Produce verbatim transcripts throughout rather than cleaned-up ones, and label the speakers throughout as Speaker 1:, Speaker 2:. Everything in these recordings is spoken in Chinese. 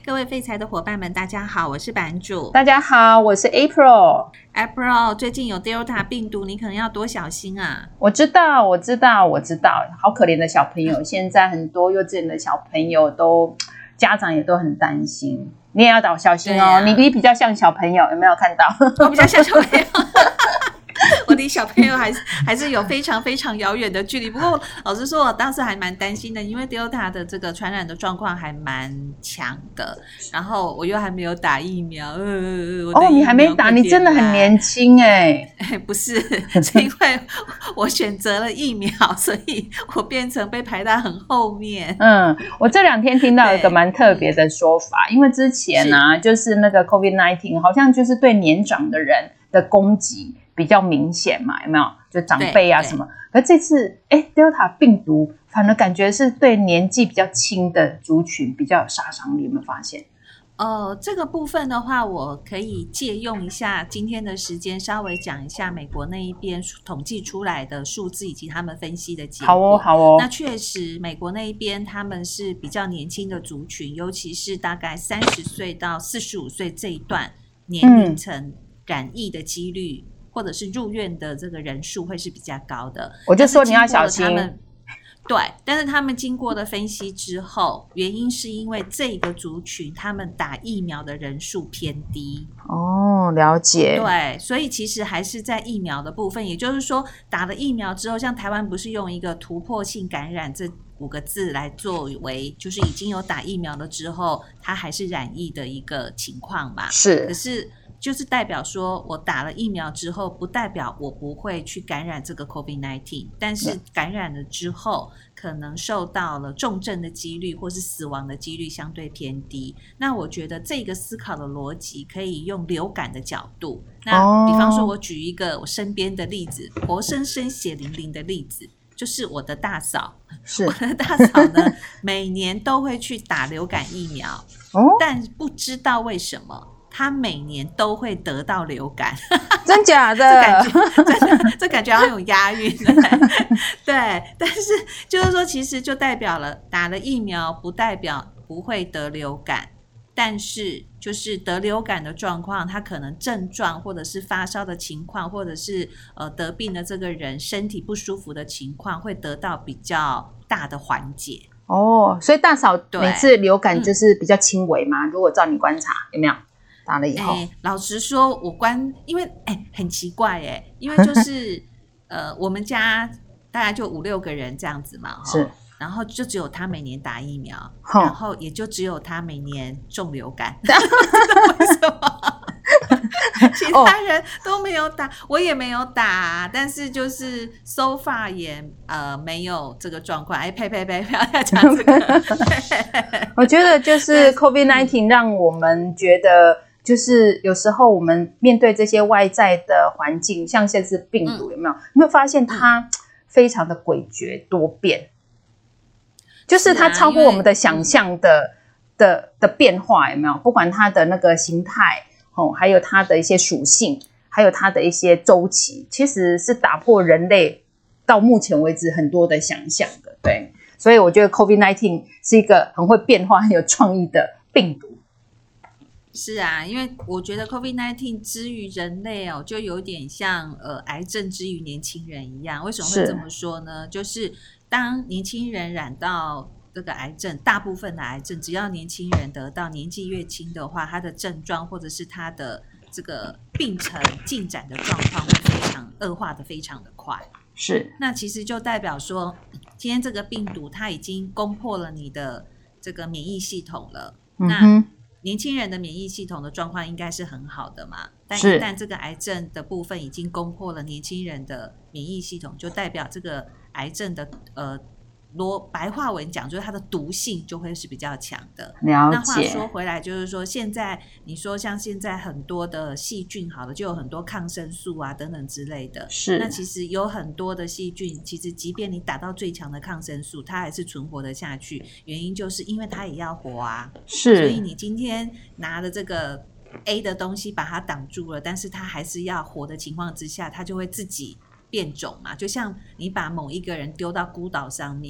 Speaker 1: 各位废柴的伙伴们大家好，我是版主。
Speaker 2: 大家好，我是 April。
Speaker 1: April 最近有 Delta 病毒，你可能要多小心啊。
Speaker 2: 我知道我知道我知道，好可怜的小朋友，现在很多幼稚园的小朋友都家长也都很担心，你也要小心哦、啊、你你比较像小朋友，有没有看到？
Speaker 1: 我比较像小朋友我离小朋友还是还是有非常非常遥远的距离。不过老实说，我当时还蛮担心的，因为 Delta 的这个传染的状况还蛮强的，然后我又还没有打疫苗。呃，我的疫苗
Speaker 2: 哦，你还没打，你真的很年轻哎、
Speaker 1: 欸。不是，是因为我选择了疫苗，所以我变成被排到很后面。
Speaker 2: 嗯，我这两天听到一个蛮特别的说法，因为之前啊，就是那个 COVID 十九 好像就是对年长的人的攻击比较明显嘛，有没有？就长辈啊什么。可这次哎 ，Delta 病毒反而感觉是对年纪比较轻的族群比较有杀伤力，有没有发现？
Speaker 1: 呃，这个部分的话，我可以借用一下今天的时间，稍微讲一下美国那一边统计出来的数字以及他们分析的结果。
Speaker 2: 好哦，好哦。
Speaker 1: 那确实，美国那一边他们是比较年轻的族群，尤其是大概三十岁到四十五岁这一段年龄层染疫的几率。嗯，或者是入院的这个人数会是比较高的，
Speaker 2: 我就说你要小心。
Speaker 1: 对，但是他们经过的分析之后，原因是因为这个族群他们打疫苗的人数偏低。
Speaker 2: 哦，了解。
Speaker 1: 对，所以其实还是在疫苗的部分，也就是说打了疫苗之后，像台湾不是用一个突破性感染这五个字来作为就是已经有打疫苗了之后他还是染疫的一个情况嘛。
Speaker 2: 是，
Speaker 1: 可是就是代表说我打了疫苗之后不代表我不会去感染这个 COVID 十九， 但是感染了之后可能受到了重症的几率或是死亡的几率相对偏低。那我觉得这个思考的逻辑可以用流感的角度，那比方说我举一个我身边的例子，活生生血淋淋的例子，就是我的大嫂。
Speaker 2: 是
Speaker 1: 我的大嫂呢每年都会去打流感疫苗、哦、但不知道为什么他每年都会得到流感。
Speaker 2: 真假的？
Speaker 1: 这感觉真的，这感觉好像有押韵。对，但是就是说其实就代表了打了疫苗不代表不会得流感，但是就是得流感的状况，他可能症状或者是发烧的情况，或者是呃得病的这个人身体不舒服的情况会得到比较大的缓解。
Speaker 2: 哦，所以大嫂每次流感就是比较轻微嘛、嗯、如果照你观察有没有打了以后、
Speaker 1: 欸、老实说我观因为、欸、很奇怪耶、欸，因为就是呃我们家大概就五六个人这样子嘛，
Speaker 2: 是，
Speaker 1: 然后就只有他每年打疫苗，然后也就只有他每年中流感。不知道为什么其他人都没有打、哦、我也没有打，但是就是 so far 也呃没有这个状况。哎，呸呸呸，不要再讲这个。
Speaker 2: 我觉得就是 COVID 十九 让我们觉得就是有时候我们面对这些外在的环境，像现在是病毒、嗯、有没有？你会发现它非常的诡谲多变，就是它超过我们的想象的、啊、的的变化，有没有？不管它的那个形态、哦、还有它的一些属性，还有它的一些周期，其实是打破人类到目前为止很多的想象的。对，所以我觉得 COVID 十九 是一个很会变化、很有创意的病毒。
Speaker 1: 是啊，因为我觉得 COVID 十九 之于人类哦，就有点像呃癌症之于年轻人一样。为什么会这么说呢？就是当年轻人染到这个癌症，大部分的癌症只要年轻人得到，年纪越轻的话，他的症状或者是他的这个病程进展的状况会非常恶化的非常的快。
Speaker 2: 是，
Speaker 1: 那其实就代表说今天这个病毒它已经攻破了你的这个免疫系统了、嗯、那年轻人的免疫系统的状况应该是很好的嘛，但一旦这个癌症的部分已经攻破了年轻人的免疫系统，就代表这个癌症的呃罗白话文讲就是它的毒性就会是比较强的。
Speaker 2: 了解。
Speaker 1: 那话说回来就是说现在你说像现在很多的细菌好了就有很多抗生素啊等等之类的，
Speaker 2: 是，
Speaker 1: 那其实有很多的细菌其实即便你打到最强的抗生素它还是存活得下去，原因就是因为它也要活啊。
Speaker 2: 是，
Speaker 1: 所以你今天拿的这个 A 的东西把它挡住了，但是它还是要活的情况之下它就会自己变种嘛，就像你把某一个人丢到孤岛上面，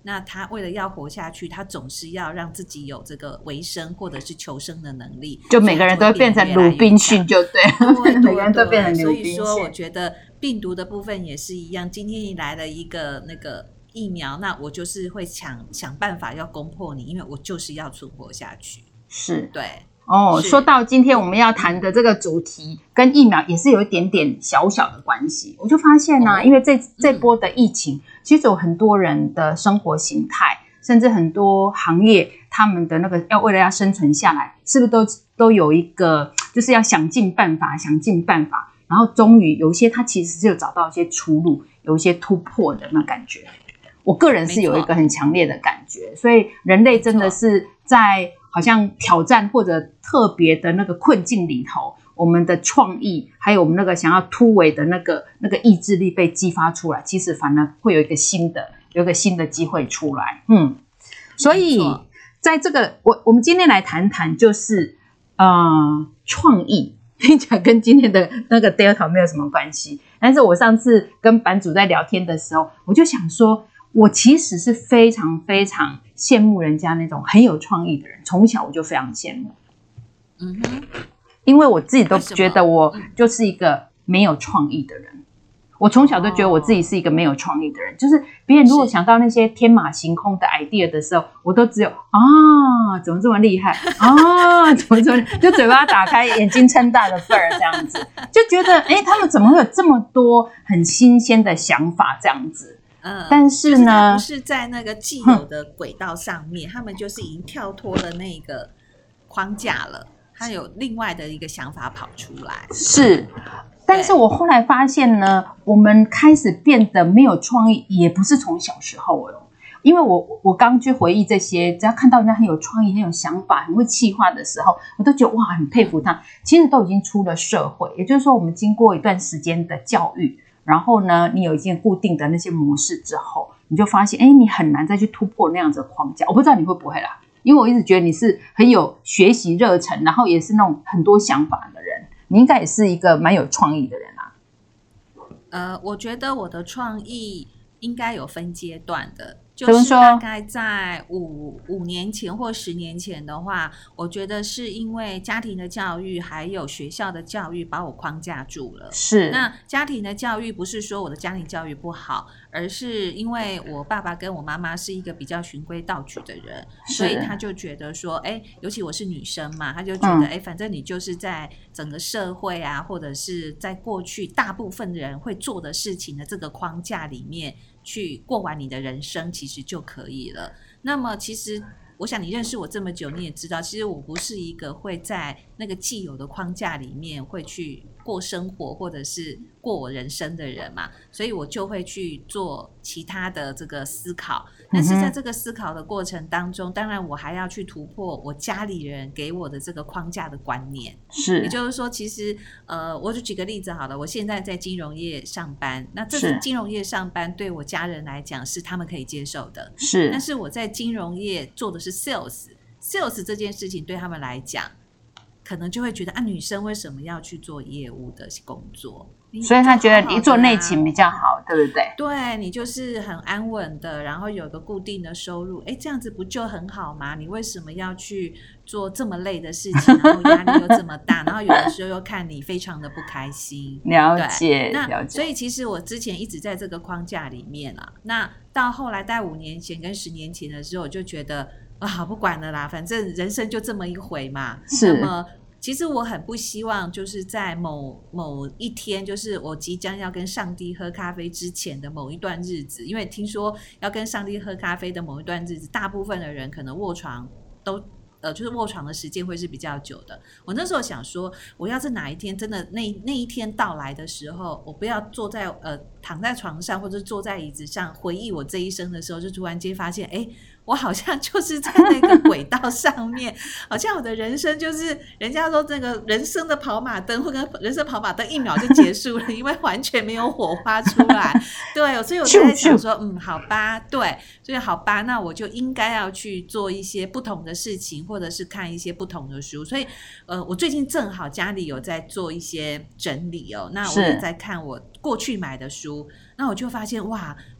Speaker 1: 那他为了要活下去，他总是要让自己有这个维生或者是求生的能力，
Speaker 2: 就每个人都会变成鲁滨逊，就对，
Speaker 1: 对
Speaker 2: 每个人都变成鲁滨逊。
Speaker 1: 所以说我觉得病毒的部分也是一样，今天你来了一个那个疫苗，那我就是会想想办法要攻破你，因为我就是要存活下去。
Speaker 2: 是，
Speaker 1: 对。
Speaker 2: 哦，说到今天我们要谈的这个主题跟疫苗也是有一点点小小的关系。我就发现呢、啊，因为这这波的疫情，其实有很多人的生活形态，甚至很多行业，他们的那个要为了要生存下来，是不是都都有一个就是要想尽办法，想尽办法，然后终于有一些他其实是有找到一些出路，有一些突破的那感觉。我个人是有一个很强烈的感觉，所以人类真的是在好像挑战或者特别的那个困境里头，我们的创意还有我们那个想要突围的那个那个意志力被激发出来，其实反而会有一个新的有一个新的机会出来。嗯，所以在这个我我们今天来谈谈就是呃创意，听起来跟今天的那个 Delta 没有什么关系，但是我上次跟版主在聊天的时候，我就想说我其实是非常非常羡慕人家那种很有创意的人，从小我就非常羡慕。
Speaker 1: 嗯哼，
Speaker 2: 因为我自己都觉得我就是一个没有创意的人，我从小都觉得我自己是一个没有创意的人，就是别人如果想到那些天马行空的 idea 的时候，我都只有啊，怎么这么厉害啊，怎么怎么就嘴巴打开，眼睛撑大的份儿这样子，就觉得哎，他们怎么会有这么多很新鲜的想法这样子？
Speaker 1: 嗯，
Speaker 2: 但是呢，
Speaker 1: 就是不是在那个既有的轨道上面，他们就是已经跳脱了那个框架了，他有另外的一个想法跑出来。
Speaker 2: 是，但是我后来发现呢，我们开始变得没有创意，也不是从小时候了。因为我我刚去回忆这些，只要看到人家很有创意、很有想法、很会企划的时候，我都觉得哇，很佩服他。其实都已经出了社会，也就是说，我们经过一段时间的教育。然后呢，你有一件固定的那些模式之后，你就发现，哎，你很难再去突破那样子的框架。我不知道你会不会啦，因为我一直觉得你是很有学习热忱，然后也是那种很多想法的人，你应该也是一个蛮有创意的人啊。
Speaker 1: 呃，我觉得我的创意应该有分阶段的。就是大概在五五年前或十年前的话，我觉得是因为家庭的教育还有学校的教育把我框架住了。
Speaker 2: 是，
Speaker 1: 那家庭的教育不是说我的家庭教育不好，而是因为我爸爸跟我妈妈是一个比较循规蹈矩的人，所以他就觉得说，哎，尤其我是女生嘛，他就觉得，哎、嗯，反正你就是在整个社会啊，或者是在过去大部分人会做的事情的这个框架里面。去过完你的人生其实就可以了。那么其实我想你认识我这么久，你也知道其实我不是一个会在那个既有的框架里面会去过生活或者是过我人生的人嘛，所以我就会去做其他的这个思考。但是在这个思考的过程当中，当然我还要去突破我家里人给我的这个框架的观念。
Speaker 2: 是，
Speaker 1: 也就是说其实呃，我就举个例子好了，我现在在金融业上班，那这是金融业上班对我家人来讲是他们可以接受的。
Speaker 2: 是，
Speaker 1: 但是我在金融业做的是 sales sales 这件事情对他们来讲可能就会觉得啊，女生为什么要去做业务的工作？
Speaker 2: 所以他觉得你做内勤比较好，对不对？
Speaker 1: 对，你就是很安稳的，然后有个固定的收入，哎，这样子不就很好吗？你为什么要去做这么累的事情，然后压力又这么大，然后有的时候又看你非常的不开心。
Speaker 2: 了解，
Speaker 1: 那
Speaker 2: 了解。
Speaker 1: 所以其实我之前一直在这个框架里面啊，那到后来在五年前跟十年前的时候，我就觉得啊，不管了啦，反正人生就这么一回嘛。
Speaker 2: 是。
Speaker 1: 那么其实我很不希望就是在某某一天，就是我即将要跟上帝喝咖啡之前的某一段日子，因为听说要跟上帝喝咖啡的某一段日子，大部分的人可能卧床都呃，就是卧床的时间会是比较久的。我那时候想说，我要是哪一天真的那那一天到来的时候，我不要坐在呃躺在床上或者坐在椅子上回忆我这一生的时候，就突然间发现，哎，我好像就是在那个轨道上面，好像我的人生就是人家说这个人生的跑马灯或跟人生跑马灯一秒就结束了，因为完全没有火花出来。对，所以我就在想说，嗯，好吧，对，所以好吧，那我就应该要去做一些不同的事情，或者是看一些不同的书。所以，呃，我最近正好家里有在做一些整理哦，那我也在看我过去买的书。那我就发现哇，我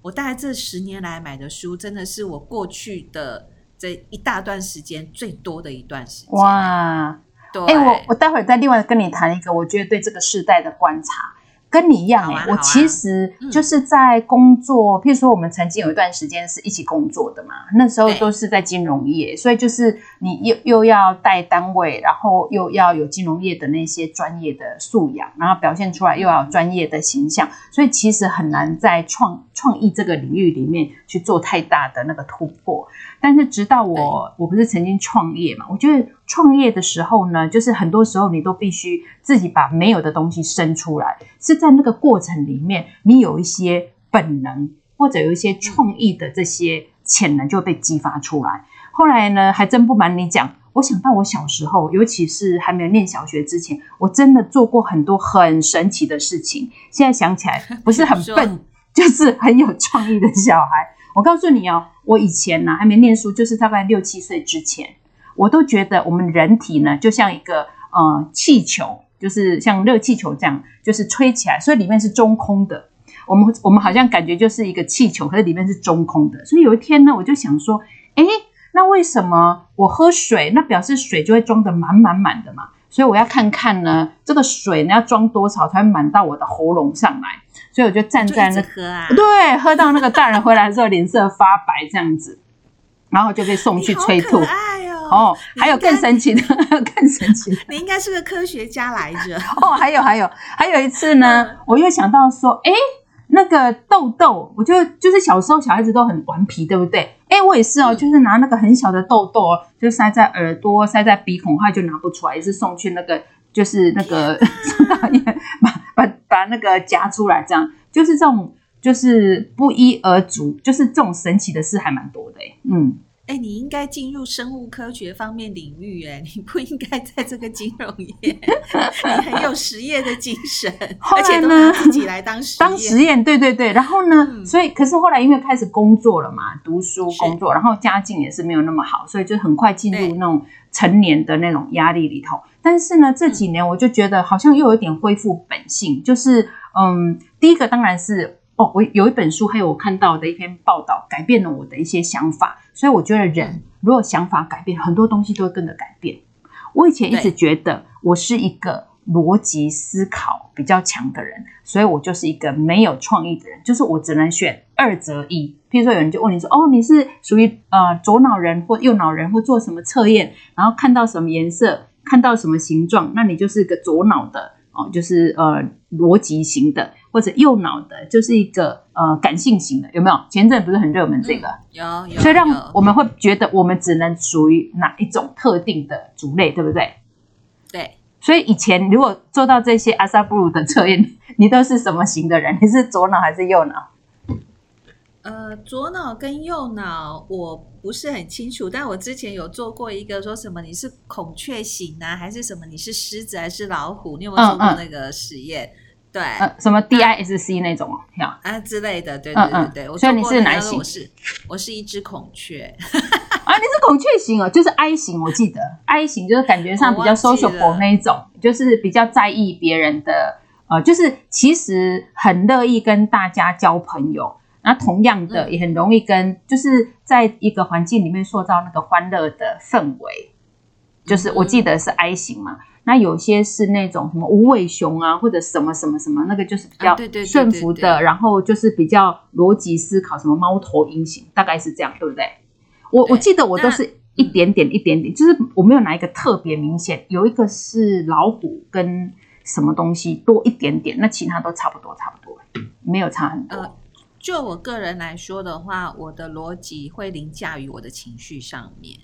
Speaker 1: 我大概这十年来买的书，真的是我过去的这一大段时间最多的一段时间。
Speaker 2: 哇，
Speaker 1: 对，
Speaker 2: 哎、欸，我我待会儿再另外跟你谈一个，我觉得对这个世代的观察。跟你一样、欸啊啊、我其实就是在工作、嗯、譬如说我们曾经有一段时间是一起工作的嘛，那时候都是在金融业，所以就是你又又要带单位，然后又要有金融业的那些专业的素养，然后表现出来又要有专业的形象，所以其实很难在创创意这个领域里面去做太大的那个突破。但是直到我我不是曾经创业嘛，我觉得创业的时候呢，就是很多时候你都必须自己把没有的东西生出来，是在那个过程里面你有一些本能或者有一些创意的这些潜能就会被激发出来。后来呢，还真不瞒你讲，我想到我小时候，尤其是还没有念小学之前，我真的做过很多很神奇的事情，现在想起来不是很笨就是很有创意的小孩。我告诉你哦，我以前呢、啊、还没念书，就是大概六七岁之前，我都觉得我们人体呢就像一个呃气球，就是像热气球这样，就是吹起来，所以里面是中空的。我们我们好像感觉就是一个气球，可是里面是中空的。所以有一天呢，我就想说，诶，那为什么我喝水，那表示水就会装得满满满的嘛？所以我要看看呢，这个水呢要装多少才会满到我的喉咙上来。所以我就站在那，
Speaker 1: 喝啊，
Speaker 2: 对，喝到那个大人回来的时候脸色发白这样子，然后就被送去催吐。
Speaker 1: 你好可爱哦！
Speaker 2: 哦，还有更神奇的，还有更神奇的，
Speaker 1: 你应该是个科学家来着。
Speaker 2: 哦，还有还有还有一次呢，嗯、我又想到说，哎，那个豆豆，我就就是小时候小孩子都很顽皮，对不对？哎，我也是哦，就是拿那个很小的豆豆，就塞在耳朵、塞在鼻孔，他就拿不出来，也是送去那个。就是那个把把把那个夹出来，这样就是这种，就是不一而足，就是这种神奇的事还蛮多的哎，嗯。
Speaker 1: 哎、欸，你应该进入生物科学方面领域，哎，你不应该在这个金融业。你很有实验的精神，
Speaker 2: 后来呢，
Speaker 1: 而且都拿自己来当实验，
Speaker 2: 当实验，对对对。然后呢，嗯、所以可是后来因为开始工作了嘛，读书工作，然后家境也是没有那么好，所以就很快进入那种成年的那种压力里头。但是呢，这几年我就觉得好像又有一点恢复本性，就是嗯，第一个当然是。哦，我有一本书，还有我看到的一篇报道，改变了我的一些想法。所以我觉得人如果想法改变，很多东西都会跟着改变。我以前一直觉得我是一个逻辑思考比较强的人，所以我就是一个没有创意的人，就是我只能选二择一。譬如说有人就问你说，哦，你是属于呃左脑人或右脑人，或做什么测验，然后看到什么颜色，看到什么形状，那你就是个左脑的哦，就是呃逻辑型的。或者右脑的就是一个呃感性型的，有没有？前阵不是很热门这个、
Speaker 1: 嗯、有有，
Speaker 2: 所以让我们会觉得我们只能属于哪一种特定的族类，对不对？
Speaker 1: 对。
Speaker 2: 所以以前如果做到这些阿萨布鲁的测验，你都是什么型的人？你是左脑还是右脑？
Speaker 1: 呃，左脑跟右脑我不是很清楚，但我之前有做过一个说什么你是孔雀型啊，还是什么你是狮子还是老虎？你有没有做过那个实验？嗯嗯对、
Speaker 2: 呃，什么 D I S C 那种
Speaker 1: 啊啊之类的，对对对对。嗯嗯、
Speaker 2: 所以你是哪型？
Speaker 1: 我是我是一只孔雀
Speaker 2: 啊，你是孔雀型哦，就是 I 型，我记得 I 型就是感觉上比较 sociable 那一种，就是比较在意别人的，呃，就是其实很乐意跟大家交朋友，那同样的也很容易跟，嗯、就是在一个环境里面塑造那个欢乐的氛围，就是我记得是 I 型嘛。那有些是那种什么无尾熊啊，或者什么什么什么，那个就是比较顺服的，啊、然后就是比较逻辑思考，什么猫头鹰型，大概是这样，对不对？我我记得我都是一点点一点点，就是我没有哪一个特别明显，有一个是老虎跟什么东西多一点点，那其他都差不多差不多，没有差很多。呃
Speaker 1: 就我个人来说的话，我的逻辑会凌驾于我的情绪上面。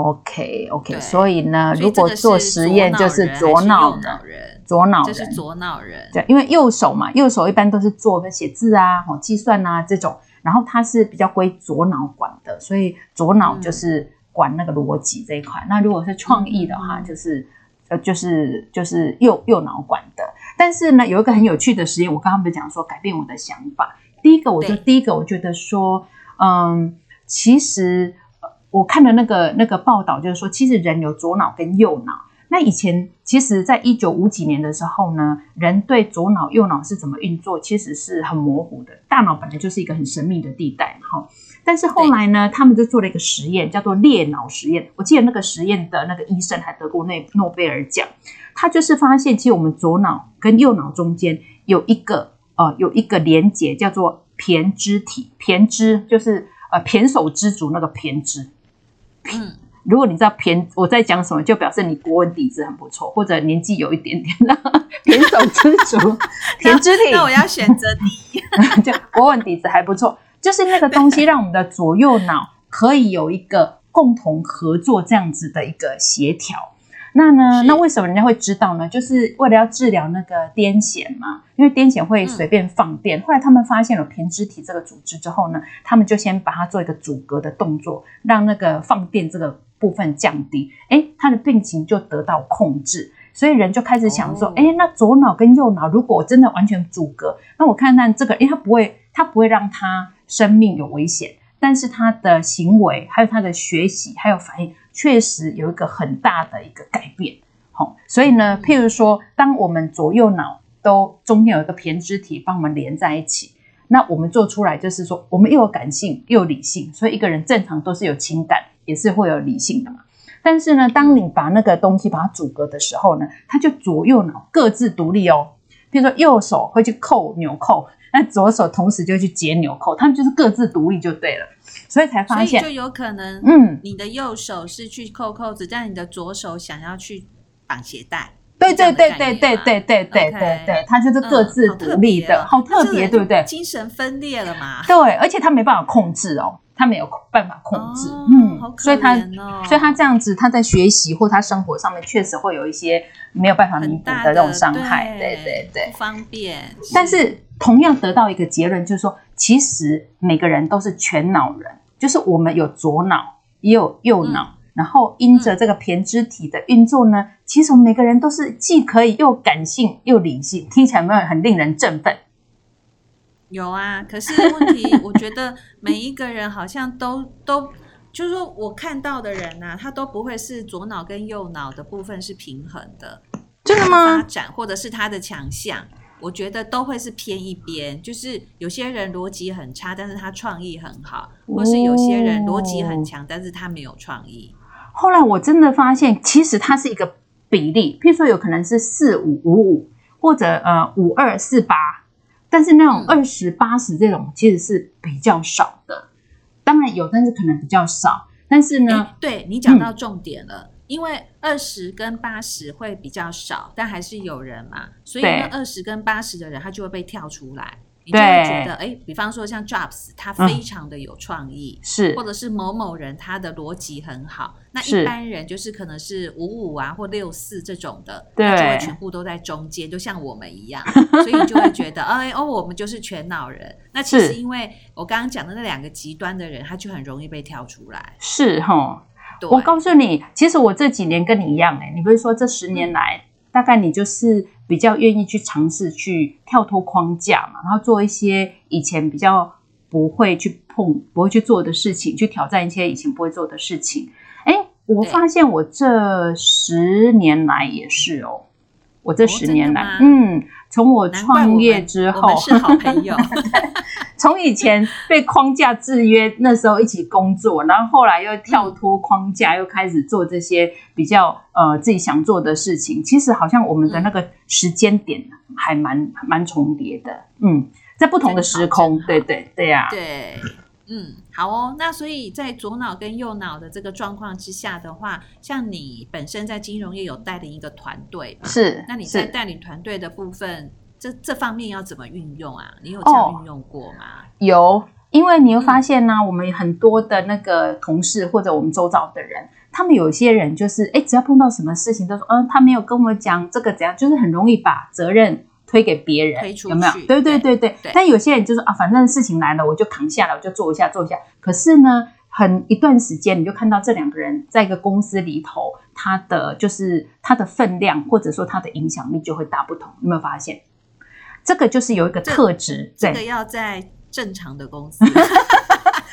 Speaker 2: OK OK， 所以呢，如果做实验就是左脑人，左脑人，
Speaker 1: 这是左脑人。
Speaker 2: 对，因为右手嘛，右手一般都是做写字啊、计算啊这种，然后它是比较归左脑管的，所以左脑就是管那个逻辑这一块。嗯、那如果是创意的话，就是呃就是就是右右脑管的。但是呢，有一个很有趣的实验，我刚刚不是讲说改变我的想法。第一个，我就第一个，我觉得说，嗯，其实我看的那个那个报道就是说，其实人有左脑跟右脑。 那以前其实在一九五几年的时候呢，人对左脑右脑是怎么运作其实是很模糊的，大脑本来就是一个很神秘的地带。但是后来呢，他们就做了一个实验叫做裂脑实验，我记得那个实验的那个医生还得过诺贝尔奖。他就是发现其实我们左脑跟右脑中间有一个呃有一个连结叫做胼胝体，胼胝就是呃胼手胝足那个胼胝。嗯，如果你知道胼我在讲什么，就表示你国文底子很不错，或者年纪有一点点的胼手胝足胼胝体。
Speaker 1: 那我要选择第一，
Speaker 2: 就国文底子还不错，就是那个东西让我们的左右脑可以有一个共同合作这样子的一个协调。那呢？那为什么人家会知道呢？就是为了要治疗那个癫痫嘛，因为癫痫会随便放电。嗯、后来他们发现了胼胝体这个组织之后呢，他们就先把它做一个阻隔的动作，让那个放电这个部分降低。哎，他的病情就得到控制。所以人就开始想说，哎、哦，那左脑跟右脑如果真的完全阻隔，那我看看这个，因为他不会，他不会让他生命有危险，但是他的行为还有他的学习还有反应。确实有一个很大的一个改变，好，所以呢，譬如说，当我们左右脑都中间有一个胼胝体帮我们连在一起，那我们做出来就是说，我们又有感性又有理性，所以一个人正常都是有情感，也是会有理性的嘛。但是呢，当你把那个东西把它阻隔的时候呢，它就左右脑各自独立哦。譬如说，右手会去扣纽扣，那左手同时就去解纽扣，他们就是各自独立就对了。所以才发现，
Speaker 1: 所以就有可能，嗯，你的右手是去扣扣子，但你的左手想要去绑鞋带。
Speaker 2: 对对对对对对对对对对，它就是各自独立的，嗯、好特别，对不对？
Speaker 1: 精神分裂了嘛？
Speaker 2: 对，而且他没办法控制哦，他没有办法控制，
Speaker 1: 哦、
Speaker 2: 嗯，
Speaker 1: 好可怜哦、
Speaker 2: 所以他所以他这样子，他在学习或他生活上面确实会有一些没有办法弥补的这种伤害，对对对，
Speaker 1: 不方便。
Speaker 2: 但是同样得到一个结论，就是说，其实每个人都是全脑人。就是我们有左脑也有右脑、嗯、然后因着这个胼胝体的运作呢、嗯、其实我们每个人都是既可以又感性又理性，听起来有没有很令人振奋？
Speaker 1: 有啊，可是问题我觉得每一个人好像都都就是说我看到的人啊，他都不会是左脑跟右脑的部分是平衡的，
Speaker 2: 真的吗？
Speaker 1: 发展或者是他的强项，我觉得都会是偏一边，就是有些人逻辑很差，但是他创意很好，或是有些人逻辑很强，但是他没有创意。
Speaker 2: 后来我真的发现，其实它是一个比例，譬如说有可能是四五五五，或者呃五二四八，但是那种二十八十这种其实是比较少的。当然有，但是可能比较少。但是呢，
Speaker 1: 对，你讲到重点了。嗯，因为二十跟八十会比较少，但还是有人嘛，所以那二十跟八十的人他就会被跳出来，你就会觉得哎，比方说像 Jobs 他非常的有创意、嗯、是，或者是某某人他的逻辑很好，那一般人就是可能是五五啊或六四这种的，他就会全部都在中间，就像我们一样，所以你就会觉得哎哦，我们就是全脑人。那其实因为我刚刚讲的那两个极端的人，他就很容易被跳出来，
Speaker 2: 是齁。我告诉你，其实我这几年跟你一样、欸、你不是说这十年来、嗯、大概你就是比较愿意去尝试去跳脱框架嘛，然后做一些以前比较不会去碰不会去做的事情，去挑战一些以前不会做的事情。哎，我发现我这十年来也是哦，我这十年来、哦、嗯，从我创业之后，
Speaker 1: 我们是好朋友
Speaker 2: 从以前被框架制约，那时候一起工作，然后后来又跳脱框架、嗯、又开始做这些比较呃自己想做的事情，其实好像我们的那个时间点还蛮蛮重叠的，嗯，在不同的时空，对对对呀、啊，
Speaker 1: 对，嗯，好哦。那所以在左脑跟右脑的这个状况之下的话，像你本身在金融业有带领一个团队嘛，
Speaker 2: 是，
Speaker 1: 那你在带领团队的部分，这这方面要怎么运用啊？你有这样运用过吗？哦、
Speaker 2: 有，因为你会发现呢、啊嗯，我们很多的那个同事或者我们周遭的人，他们有些人就是，哎，只要碰到什么事情都说，嗯，他没有跟我讲这个怎样，就是很容易把责任推给别人，
Speaker 1: 推出去，
Speaker 2: 有没有？对对对 对, 对。但有些人就说啊，反正事情来了，我就扛下来，我就做一下做一下。可是呢，很一段时间，你就看到这两个人在一个公司里头，他的就是他的分量或者说他的影响力就会大不同。有没有发现？这个就是有一个特质，
Speaker 1: 这, 这个要在正常的公司。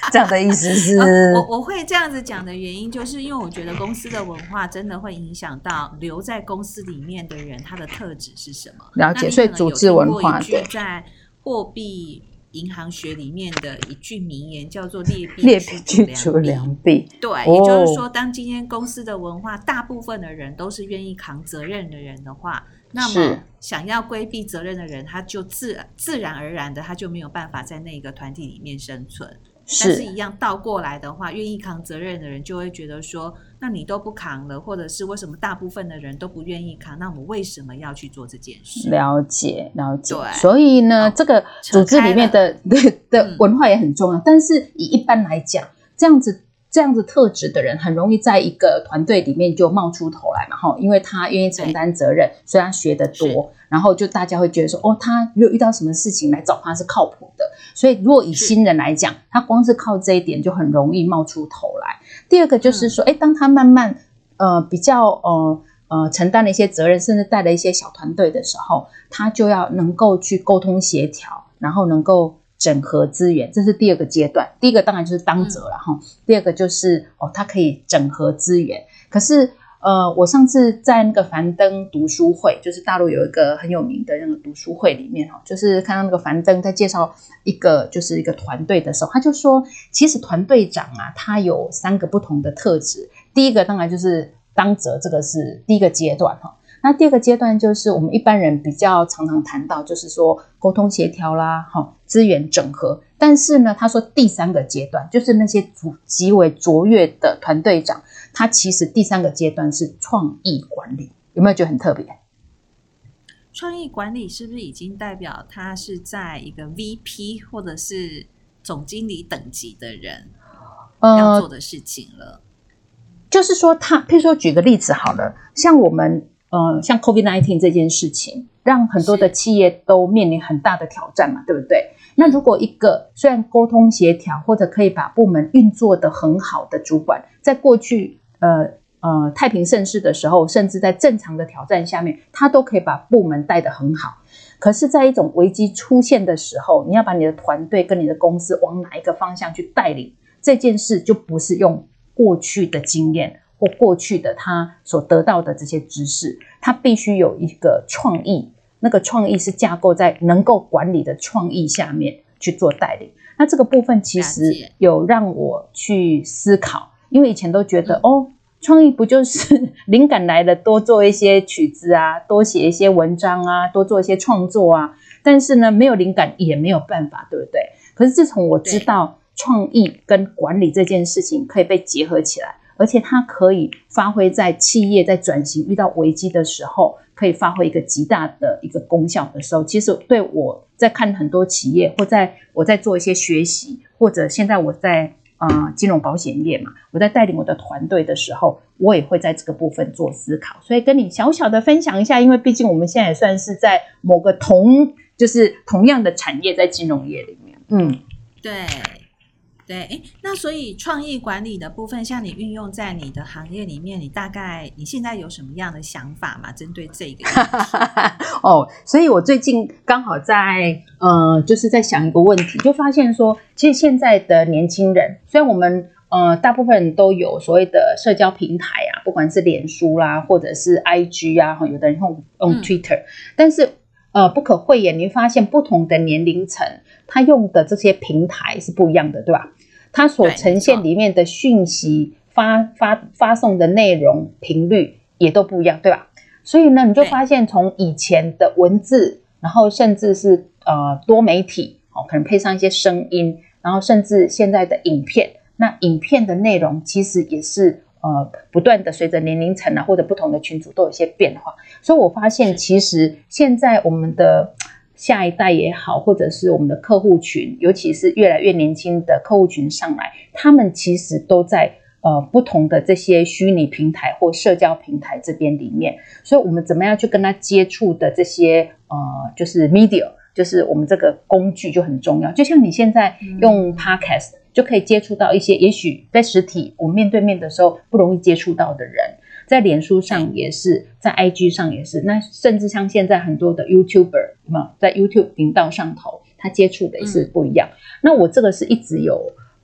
Speaker 2: 这样的意思是？
Speaker 1: 呃、我我会这样子讲的原因，就是因为我觉得公司的文化真的会影响到留在公司里面的人，他的特质是什么。
Speaker 2: 了解，所以组织文化
Speaker 1: 对。在货币银行学里面的一句名言叫做劣币
Speaker 2: 驱逐良币。
Speaker 1: 对、哦，也就是说，当今天公司的文化大部分的人都是愿意扛责任的人的话，那么想要规避责任的人，他就自自然而然的他就没有办法在那个团体里面生存。是但是一样倒过来的话，愿意扛责任的人就会觉得说，那你都不扛了，或者是为什么大部分的人都不愿意扛，那我们为什么要去做这件事？
Speaker 2: 了解了解。所以呢、哦、这个组织里面的的文化也很重要、嗯、但是以一般来讲，这样子这样子特质的人很容易在一个团队里面就冒出头来嘛，因为他愿意承担责任，所以他学得多，然后就大家会觉得说，哦，他如果遇到什么事情来找他是靠谱的。所以如果以新人来讲，他光是靠这一点就很容易冒出头来。第二个就是说，哎、嗯，当他慢慢呃比较呃呃承担了一些责任，甚至带了一些小团队的时候，他就要能够去沟通协调，然后能够整合资源，这是第二个阶段。第一个当然就是当责了哈、嗯，第二个就是哦，他可以整合资源。可是呃，我上次在那个樊登读书会，就是大陆有一个很有名的那个读书会里面哈，就是看到那个樊登在介绍一个就是一个团队的时候，他就说，其实团队长啊，他有三个不同的特质。第一个当然就是当责，这个是第一个阶段哈。那第二个阶段就是我们一般人比较常常谈到，就是说沟通协调啦，哈，资源整合。但是呢，他说第三个阶段就是那些极为卓越的团队长，他其实第三个阶段是创意管理，有没有觉得很特别？
Speaker 1: 创意管理是不是已经代表他是在一个 V P 或者是总经理等级的人要做的事情了？呃、
Speaker 2: 就是说他，譬如说举个例子好了，像我们呃，像 COVID 十九 这件事情，让很多的企业都面临很大的挑战嘛，对不对？那如果一个虽然沟通协调或者可以把部门运作得很好的主管，在过去呃呃太平盛世的时候，甚至在正常的挑战下面，他都可以把部门带得很好。可是在一种危机出现的时候，你要把你的团队跟你的公司往哪一个方向去带领，这件事就不是用过去的经验或过去的他所得到的这些知识，他必须有一个创意，那个创意是架构在能够管理的创意下面去做带领。那这个部分其实有让我去思考，因为以前都觉得、嗯、哦，创意不就是灵感来了多做一些曲子啊，多写一些文章啊，多做一些创作啊，但是呢没有灵感也没有办法，对不对？可是自从我知道创意跟管理这件事情可以被结合起来，而且它可以发挥在企业在转型遇到危机的时候，可以发挥一个极大的一个功效的时候，其实对我在看很多企业，或在我在做一些学习，或者现在我在呃金融保险业嘛，我在带领我的团队的时候，我也会在这个部分做思考。所以跟你小小的分享一下，因为毕竟我们现在也算是在某个同就是同样的产业，在金融业里面。嗯，
Speaker 1: 对。对，诶，那所以创意管理的部分，像你运用在你的行业里面，你大概你现在有什么样的想法吗？针对这个
Speaker 2: 哦，所以我最近刚好在呃，就是在想一个问题，就发现说，其实现在的年轻人，虽然我们呃大部分人都有所谓的社交平台啊，不管是脸书啦，或者是 I G 啊，有的人用用 Twitter，、嗯、但是呃不可讳言，你会发现不同的年龄层，他用的这些平台是不一样的，对吧？它所呈现里面的讯息发发发送的内容频率也都不一样，对吧？所以呢，你就发现从以前的文字，然后甚至是呃多媒体，哦，可能配上一些声音，然后甚至现在的影片，那影片的内容其实也是呃不断的随着年龄层啊或者不同的群组都有一些变化。所以我发现其实现在我们的下一代也好，或者是我们的客户群，尤其是越来越年轻的客户群上来，他们其实都在呃不同的这些虚拟平台或社交平台这边里面，所以我们怎么样去跟他接触的这些呃就是 media， 就是我们这个工具就很重要。就像你现在用 podcast、嗯、就可以接触到一些也许在实体我们面对面的时候不容易接触到的人，在脸书上也是，在 I G 上也是，那甚至像现在很多的 YouTuber 有没有在 YouTube 频道上头，他接触的也是不一样、嗯、那我这个是一直有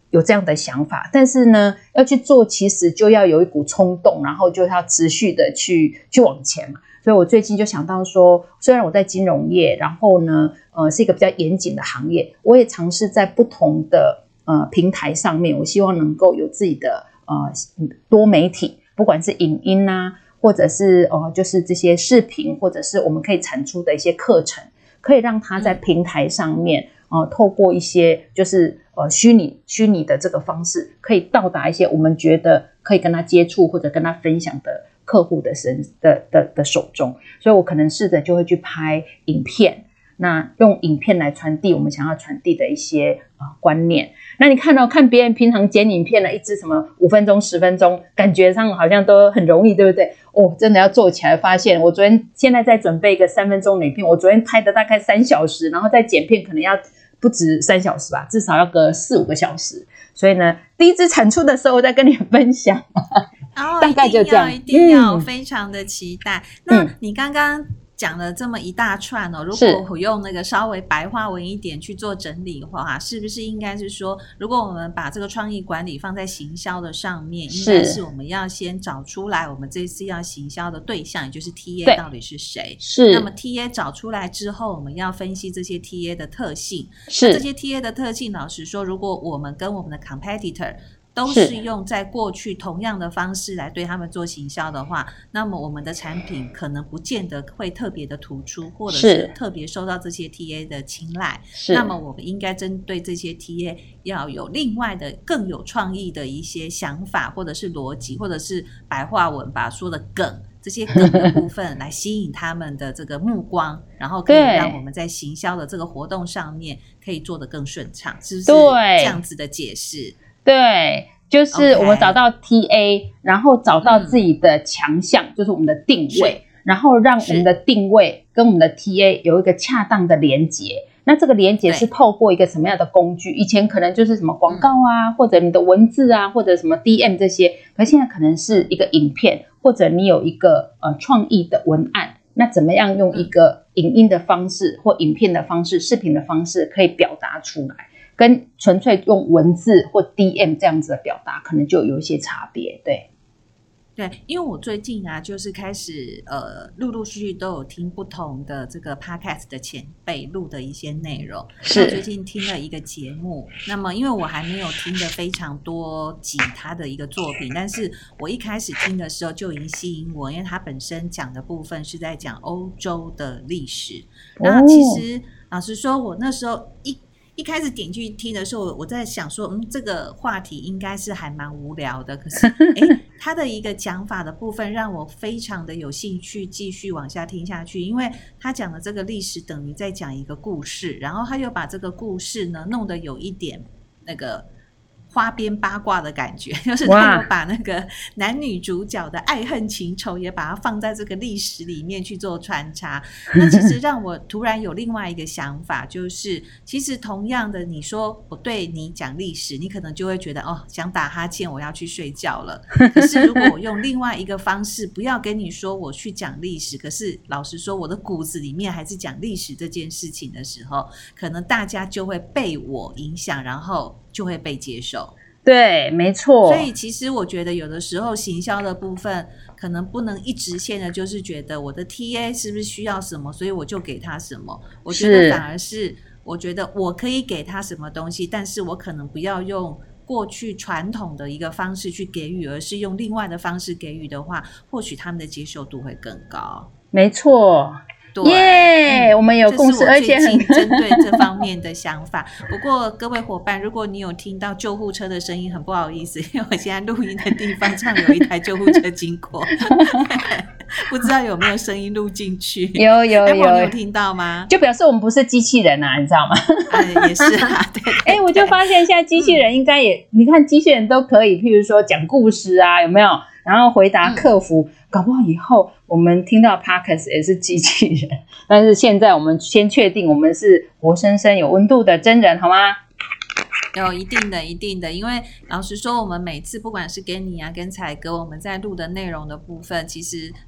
Speaker 2: 有这样的想法，但是呢要去做其实就要有一股冲动，然后就要持续的去去往前嘛。所以我最近就想到说，虽然我在金融业，然后呢呃是一个比较严谨的行业，我也尝试在不同的呃平台上面，我希望能够有自己的呃多媒体，不管是影音啊，或者是呃就是这些视频，或者是我们可以产出的一些课程，可以让它在平台上面呃透过一些就是呃虚拟虚拟的这个方式，可以到达一些我们觉得可以跟他接触或者跟他分享的客户的身的的的手中。所以我可能试着就会去拍影片，那用影片来传递我们想要传递的一些呃观念。那你看到、哦、看别人平常剪影片了，一支什么五分钟十分钟，感觉上好像都很容易，对不对？哦，真的要做起来发现，我昨天现在在准备一个三分钟的影片，我昨天拍的大概三小时，然后再剪片可能要不止三小时吧，至少要个四五个小时。所以呢，第一支产出的时候我再跟你分享。
Speaker 1: 哦，
Speaker 2: 大概就这样，
Speaker 1: 一定要，一定要、
Speaker 2: 嗯、
Speaker 1: 非常的期待。那你刚刚讲了这么一大串哦，如果我用那个稍微白话文一点去做整理的话，是不是应该是说，如果我们把这个创意管理放在行销的上面，应该是我们要先找出来我们这次要行销的对象，也就是 T A 到底是谁。
Speaker 2: 是。
Speaker 1: 那么 T A 找出来之后，我们要分析这些 T A 的特性。
Speaker 2: 是。
Speaker 1: 这些 T A 的特性，老实说，如果我们跟我们的 competitor都是用在过去同样的方式来对他们做行销的话，那么我们的产品可能不见得会特别的突出，或者是特别受到这些 T A 的青睐。那么我们应该针对这些 T A 要有另外的更有创意的一些想法，或者是逻辑，或者是白话文把说的梗，这些梗的部分来吸引他们的这个目光，然后可以让我们在行销的这个活动上面可以做得更顺畅，是不是这样子的解释？
Speaker 2: 对，就是我们找到 T A， 然后找到自己的强项、嗯、就是我们的定位，然后让我们的定位跟我们的 T A 有一个恰当的连结。那这个连结是透过一个什么样的工具？以前可能就是什么广告啊、嗯、或者你的文字啊，或者什么 D M 这些，可是现在可能是一个影片，或者你有一个呃创意的文案，那怎么样用一个影音的方式或影片的方式、视频的方式可以表达出来，跟纯粹用文字或 D M 这样子的表达可能就有一些差别。对
Speaker 1: 对，因为我最近啊就是开始呃陆陆续续都有听不同的这个 podcast 的前辈录的一些内容。是最近听了一个节目，那么因为我还没有听的非常多集他的一个作品，但是我一开始听的时候就已经吸引我，因为他本身讲的部分是在讲欧洲的历史。那其实老实说，我那时候一一开始点进去听的时候，我在想说嗯，这个话题应该是还蛮无聊的，可是诶他的一个讲法的部分让我非常的有兴趣继续往下听下去，因为他讲的这个历史等于在讲一个故事，然后他又把这个故事呢弄得有一点那个花边八卦的感觉，就是他有把那个男女主角的爱恨情仇也把它放在这个历史里面去做穿插。那其实让我突然有另外一个想法，就是其实同样的，你说我对你讲历史，你可能就会觉得哦，想打哈欠，我要去睡觉了。可是如果我用另外一个方式，不要跟你说我去讲历史，可是老实说我的骨子里面还是讲历史这件事情的时候，可能大家就会被我影响，然后就会被接受。
Speaker 2: 对，没错。
Speaker 1: 所以其实我觉得有的时候行销的部分可能不能一直线的就是觉得我的 T A 是不是需要什么，所以我就给他什么。我觉得反而是我觉得我可以给他什么东西，但是我可能不要用过去传统的一个方式去给予，而是用另外的方式给予的话，或许他们的接受度会更高。
Speaker 2: 没错。耶、yeah, 嗯，我们有共识，而且很
Speaker 1: 针对这方面的想法。不过各位伙伴，如果你有听到救护车的声音，很不好意思，因为我现在录音的地方上有一台救护车经过，不知道有没有声音录进去。
Speaker 2: 有有有，
Speaker 1: 你有听到吗？
Speaker 2: 就表示我们不是机器人啊，你知道吗？
Speaker 1: 呃、也是啊，对。
Speaker 2: 哎、欸，我就发现现在机器人应该也，嗯、你看机器人都可以，譬如说讲故事啊，有没有？然后回答客服、嗯，搞不好以后我们听到 Podcast 也是机器人。但是现在我们先确定我们是活生生有温度的真人，好吗？
Speaker 1: 有一定的一定的，因为老实说我们每次不管是跟你啊跟彩哥，我们在录的内容的部分其实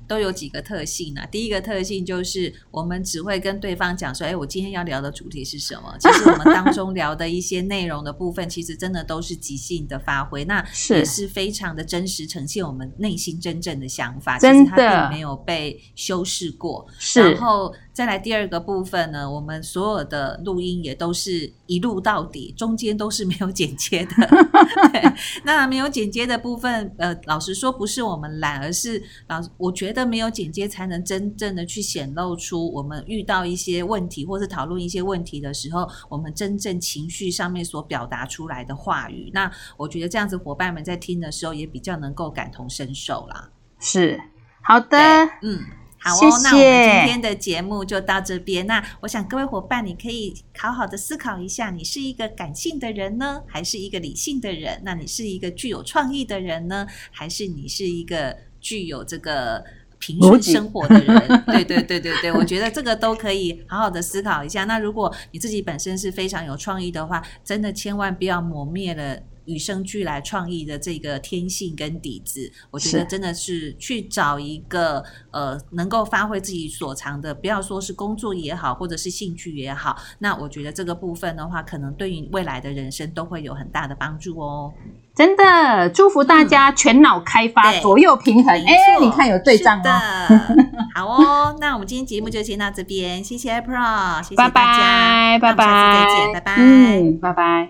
Speaker 1: 都有几个特性啊。第一个特性就是我们只会跟对方讲说，哎，我今天要聊的主题是什么？其实我们当中聊的一些内容的部分，其实真的都是即兴的发挥，那也是非常的真实呈现我们内心真正的想法，
Speaker 2: 真的
Speaker 1: 其实它并没有被修饰过。
Speaker 2: 是，
Speaker 1: 然后再来第二个部分呢，我们所有的录音也都是一录到底，中间都是没有剪接的。对，那没有剪接的部分，呃，老实说不是我们懒，而是老我觉得没有剪接才能真正的去显露出我们遇到一些问题或是讨论一些问题的时候，我们真正情绪上面所表达出来的话语。那我觉得这样子伙伴们在听的时候也比较能够感同身受啦。
Speaker 2: 是，好的，
Speaker 1: 嗯。好哦，
Speaker 2: 谢谢，
Speaker 1: 那我们今天的节目就到这边。那我想各位伙伴，你可以好好的思考一下，你是一个感性的人呢，还是一个理性的人？那你是一个具有创意的人呢，还是你是一个具有这个平顺生活的人？对对对对对，我觉得这个都可以好好的思考一下。那如果你自己本身是非常有创意的话，真的千万不要磨灭了与生俱来创意的这个天性跟底子，我觉得真的是去找一个呃能够发挥自己所长的，不要说是工作也好，或者是兴趣也好，那我觉得这个部分的话，可能对于未来的人生都会有很大的帮助哦。
Speaker 2: 真的祝福大家全脑开发，嗯、左右平衡。哎，你看有对仗哦。
Speaker 1: 好哦，那我们今天节目就先到这边，谢谢 April， 谢谢大家，
Speaker 2: 拜拜，拜拜，
Speaker 1: 下次再见，拜拜，
Speaker 2: 嗯，拜拜。